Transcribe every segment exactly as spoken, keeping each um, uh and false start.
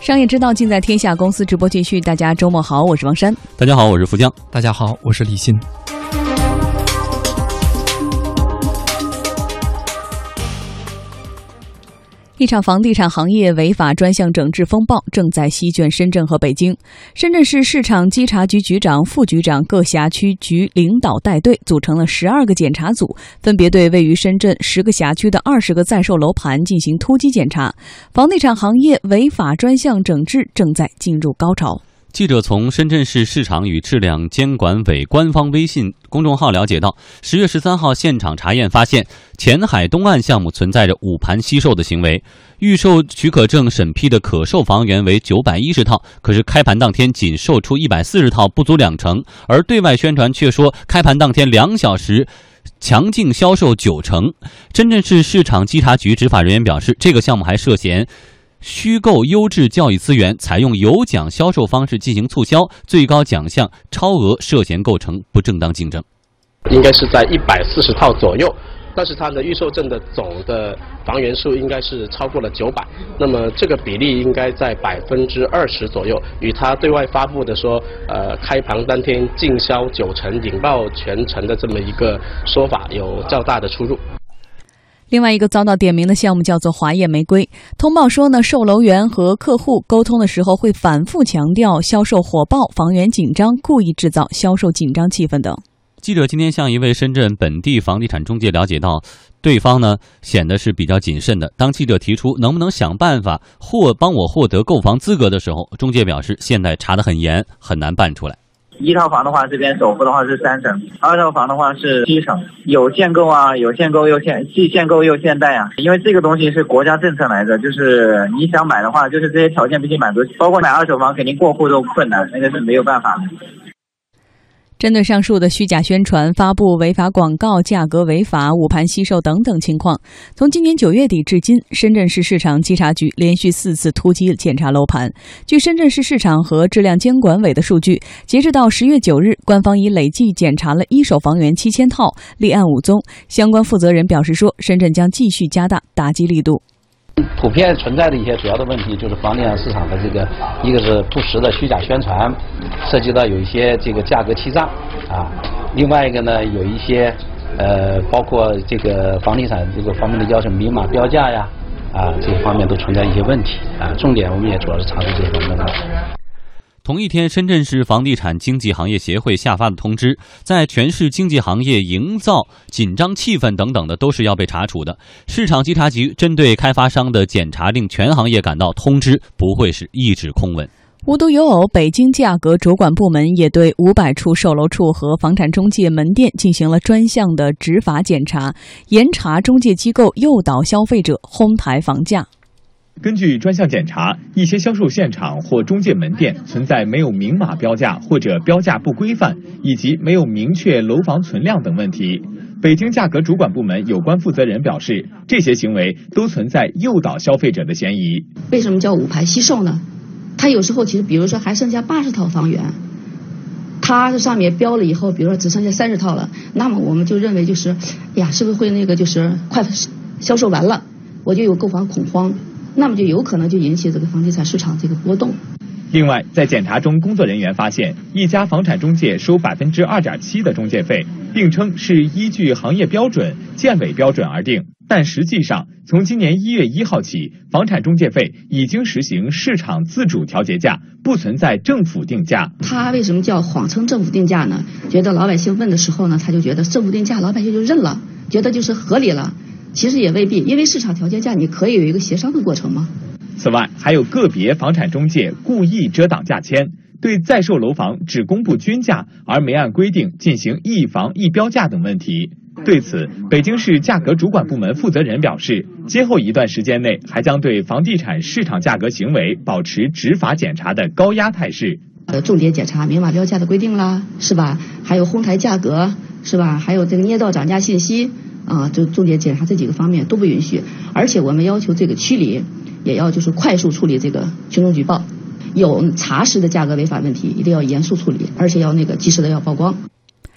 商业之道尽在天下公司直播继续，大家周末好，我是王珊。 大家好，我是福江。 大家好，我是李欣。 一场房地产行业违法专项整治风暴正在席卷深圳和北京。深圳市市场稽查局局长、副局长各辖区局领导带队，组成了十二个检查组，分别对位于深圳十个辖区的二十个在售楼盘进行突击检查。房地产行业违法专项整治正在进入高潮。 记者从深圳市市场与质量监管委官方微信公众号了解到，十月十三号现场查验发现，前海东岸项目存在着五盘惜售的行为。预售许可证审批的可售房源为九百一十套，可是开盘当天仅售出一百四十套，不足两成，而对外宣传却说开盘当天两小时强劲销售九成。深圳市市场稽查局执法人员表示，这个项目还涉嫌虚构优质教育资源，采用有奖销售方式进行促销，最高奖项超额，涉嫌构成不正当竞争。 应该是在一百四十套左右，但是它的预售证的总的房源数应该是超过了九百，那么这个比例应该在百分之二十左右，与它对外发布的说，呃，开盘当天净销九成，引爆全城的这么一个说法有较大的出入。 另外一个遭到点名的项目叫做华业玫瑰。通报说呢，售楼员和客户沟通的时候会反复强调销售火爆、房源紧张，故意制造销售紧张气氛等。 记者今天向一位深圳本地房地产中介了解到，对方呢显得是比较谨慎的。当记者提出能不能想办法或帮我获得购房资格的时候，中介表示现在查得很严，很难办出来。 一套房的话，这边首付的话是三成，二套房的话是七成，有限购啊，有限购又限，既限购又限贷啊。因为这个东西是国家政策来着，就是你想买的话，就是这些条件必须满足，包括买二手房肯定过户都困难，那个是没有办法的。 针对上述的虚假宣传、发布违法广告、价格违法、捂盘惜售等等情况，从今年九月底至今，深圳市市场稽查局连续四次突击检查楼盘。据深圳市市场和质量监管委的数据，截至到十月九日，官方已累计检查了一手房源七千套，立案五宗。相关负责人表示说，深圳将继续加大打击力度。 普遍存在的一些主要的问题就是房地产市场的这个，一个是不实的虚假宣传，涉及到有一些这个价格欺诈啊，另外一个呢有一些呃包括这个房地产这个方面的要求明码标价呀啊这方面都存在一些问题啊，重点我们也主要是查出这方面的问题。 同一天，深圳市房地产经纪行业协会下发的通知，在全市经纪行业营造紧张气氛等等的都是要被查处的。市场稽查局针对开发商的检查令全行业感到通知不会是一纸空文。 无独有偶，北京价格主管部门也对五百处售楼处和房产中介门店进行了专项的执法检查，严查中介机构诱导消费者哄抬房价。 根据专项检查，一些销售现场或中介门店存在没有明码标价或者标价不规范，以及没有明确楼房存量等问题。北京价格主管部门有关负责人表示，这些行为都存在诱导消费者的嫌疑。 为什么叫捂盘惜售呢？它有时候其实比如说还剩下八十套房源，它上面标了以后，比如说只剩下三十套了，那么我们就认为就是，呀，是不是会那个就是快销售完了，我就有购房恐慌。那么就有可能就引起这个房地产市场这个波动。 另外，在检查中，工作人员发现一家房产中介收百分之二点七的中介费，并称是依据行业标准、建委标准而定，但实际上，从今年一月一号起，房产中介费已经实行市场自主调节价，不存在政府定价。 他为什么叫谎称政府定价呢？觉得老百姓问的时候呢，他就觉得政府定价，老百姓就认了，觉得就是合理了。其实也未必，因为市场调节价你可以有一个协商的过程吗？ 此外，还有个别房产中介故意遮挡价签，对在售楼房只公布均价而没按规定进行一房一标价等问题。对此，北京市价格主管部门负责人表示，今后一段时间内还将对房地产市场价格行为保持执法检查的高压态势。 呃，重点检查明码标价的规定啦，是吧？还有哄抬价格，是吧？还有这个捏造涨价信息。啊，就重点检查这几个方面都不允许，而且我们要求这个区里也要就是快速处理这个群众举报，有查实的价格违法问题一定要严肃处理，而且要那个及时的要曝光。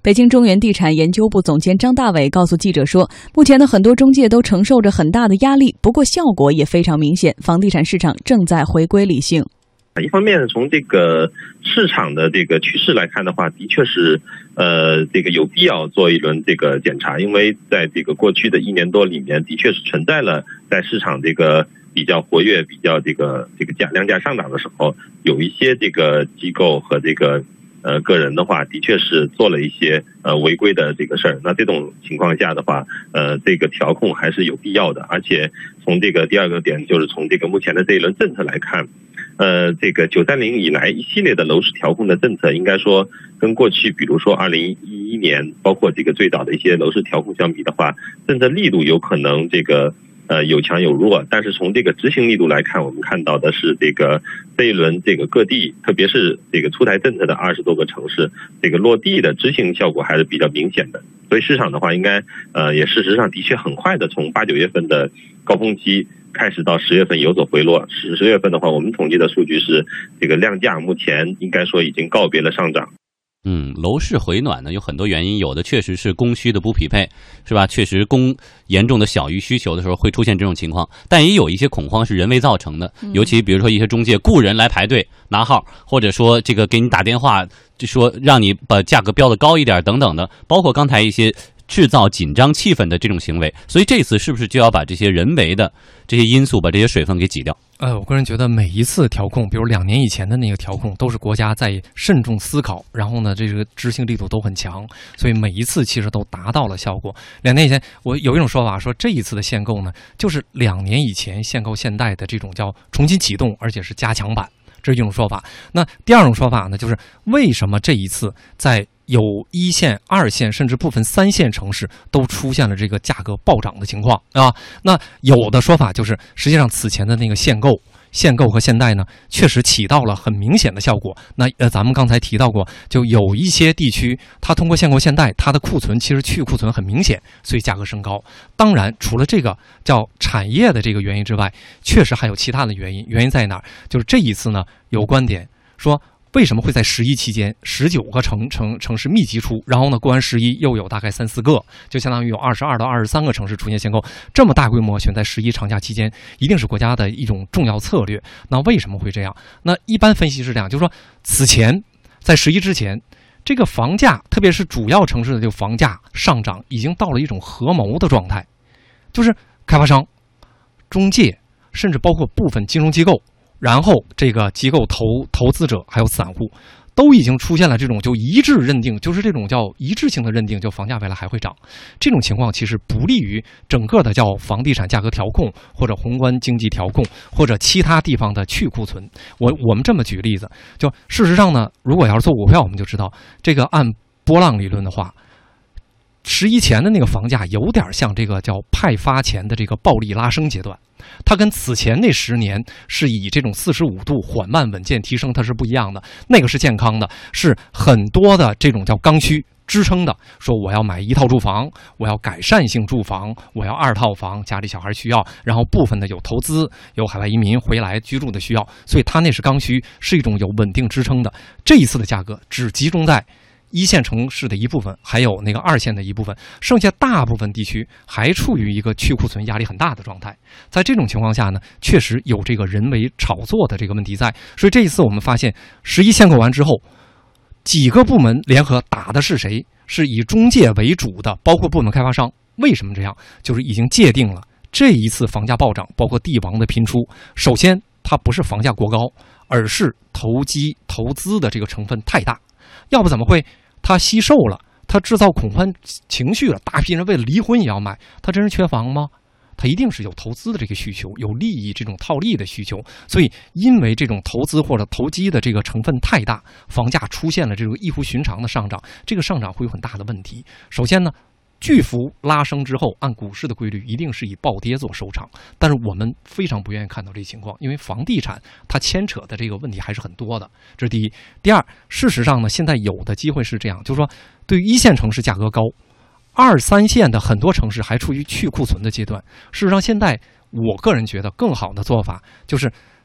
北京中原地产研究部总监张大伟告诉记者说，目前的很多中介都承受着很大的压力，不过效果也非常明显，房地产市场正在回归理性。 一方面从这个市场的这个趋势来看的话，的确是呃这个有必要做一轮这个检查，因为在这个过去的一年多里面，的确是存在了在市场这个比较活跃、比较这个这个价量价上涨的时候，有一些这个机构和这个呃个人的话，的确是做了一些呃违规的这个事儿。那这种情况下的话，呃这个调控还是有必要的。而且从这个第二个点，就是从这个目前的这一轮政策来看，呃这个九三零以来一系列的楼市调控的政策，应该说跟过去比如说二零一一年包括这个最早的一些楼市调控相比的话，政策力度有可能这个呃有强有弱，但是从这个执行力度来看，我们看到的是这个这一轮这个各地，特别是这个出台政策的二十多个城市，这个落地的执行效果还是比较明显的。所以市场的话，应该呃也事实上的确很快的从八九月份的高峰期开始到十月份有所回落。十十月份的话，我们统计的数据是这个量价目前应该说已经告别了上涨。 嗯，楼市回暖呢有很多原因，有的确实是供需的不匹配，是吧？确实供严重的小于需求的时候会出现这种情况，但也有一些恐慌是人为造成的，尤其比如说一些中介雇人来排队拿号，或者说这个给你打电话就说让你把价格标得高一点等等的，包括刚才一些制造紧张气氛的这种行为。所以这次是不是就要把这些人为的这些因素，把这些水分给挤掉？ 呃，我个人觉得每一次调控，比如两年以前的那个调控，都是国家在慎重思考，然后呢，这个执行力度都很强，所以每一次其实都达到了效果。两年以前，我有一种说法说，这一次的限购呢，就是两年以前限购限贷的这种叫重新启动，而且是加强版，这是一种说法。那第二种说法呢，就是为什么这一次在有一线、二线甚至部分三线城市都出现了这个价格暴涨的情况啊？那有的说法就是，实际上此前的那个限购、限购和限贷呢，确实起到了很明显的效果。那呃，咱们刚才提到过，就有一些地区，它通过限购限贷，它的库存其实去库存很明显，所以价格升高。当然，除了这个叫产业的这个原因之外，确实还有其他的原因。原因在哪儿？就是这一次呢，有观点说，为什么会在十一期间十九个城城城市密集出，然后呢过完十一又有大概三四个，就相当于有二十二到二十三个城市出现限购，这么大规模选在十一长假期间，一定是国家的一种重要策略。那为什么会这样？那一般分析是这样，就是说此前在十一之前，这个房价特别是主要城市的这个房价上涨已经到了一种合谋的状态，就是开发商、中介甚至包括部分金融机构，然后这个机构投投资者还有散户，都已经出现了这种就一致认定，就是这种叫一致性的认定，就房价未来还会涨。这种情况其实不利于整个的叫房地产价格调控，或者宏观经济调控，或者其他地方的去库存。我我们这么举例子，就事实上呢，如果要是做股票，我们就知道这个按波浪理论的话，十一前的那个房价有点像这个叫派发前的这个暴力拉升阶段，它跟此前那十年是以这种四十五度缓慢稳健提升，它是不一样的。那个是健康的，是很多的这种叫刚需支撑的，说我要买一套住房，我要改善性住房，我要二套房，家里小孩需要，然后部分的有投资，有海外移民回来居住的需要，所以它那是刚需，是一种有稳定支撑的。这一次的价格只集中在一线城市的一部分，还有那个二线的一部分，剩下大部分地区还处于一个去库存压力很大的状态。在这种情况下呢，确实有这个人为炒作的这个问题在。所以这一次我们发现，十一限购完之后，几个部门联合打的是谁？是以中介为主的，包括部门开发商。为什么这样？就是已经界定了这一次房价暴涨，包括地王的频出，首先它不是房价过高，而是投机投资的这个成分太大。要不怎么会他惜售了，他制造恐慌情绪了，大批人为了离婚也要买，他真是缺房吗？他一定是有投资的这个需求，有利益这种套利的需求。所以因为这种投资或者投机的这个成分太大，房价出现了这种异乎寻常的上涨，这个上涨会有很大的问题。首先呢，巨幅拉升之后，按股市的规律一定是以暴跌做收场，但是我们非常不愿意看到这情况，因为房地产它牵扯的这个问题还是很多的，这是第一。第二，事实上呢，现在有的机会是这样，就是说对于一线城市价格高，二三线的很多城市还处于去库存的阶段。事实上现在我个人觉得更好的做法就是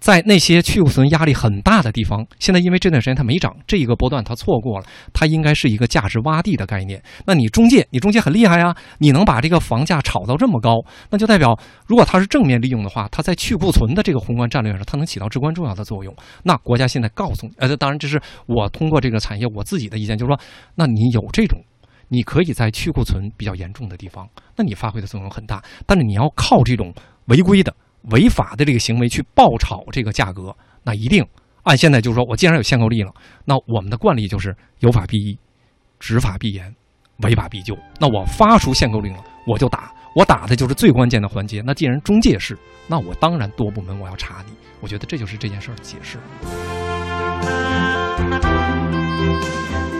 在那些去库存压力很大的地方，现在因为这段时间它没涨，这一个波段它错过了，它应该是一个价值洼地的概念。那你中介，你中介很厉害啊，你能把这个房价炒到这么高，那就代表如果它是正面利用的话，它在去库存的这个宏观战略上，它能起到至关重要的作用。那国家现在告诉你，呃，当然这是我通过这个产业我自己的意见，就是说，那你有这种，你可以在去库存比较严重的地方，那你发挥的作用很大，但是你要靠这种违规的、违法的这个行为去爆炒这个价格，那一定按现在就是说我既然有限购令了，那我们的惯例就是有法必依，执法必严，违法必究。那我发出限购令了，我就打，我打的就是最关键的环节。那既然中介是，那我当然多部门我要查你。我觉得这就是这件事儿的解释。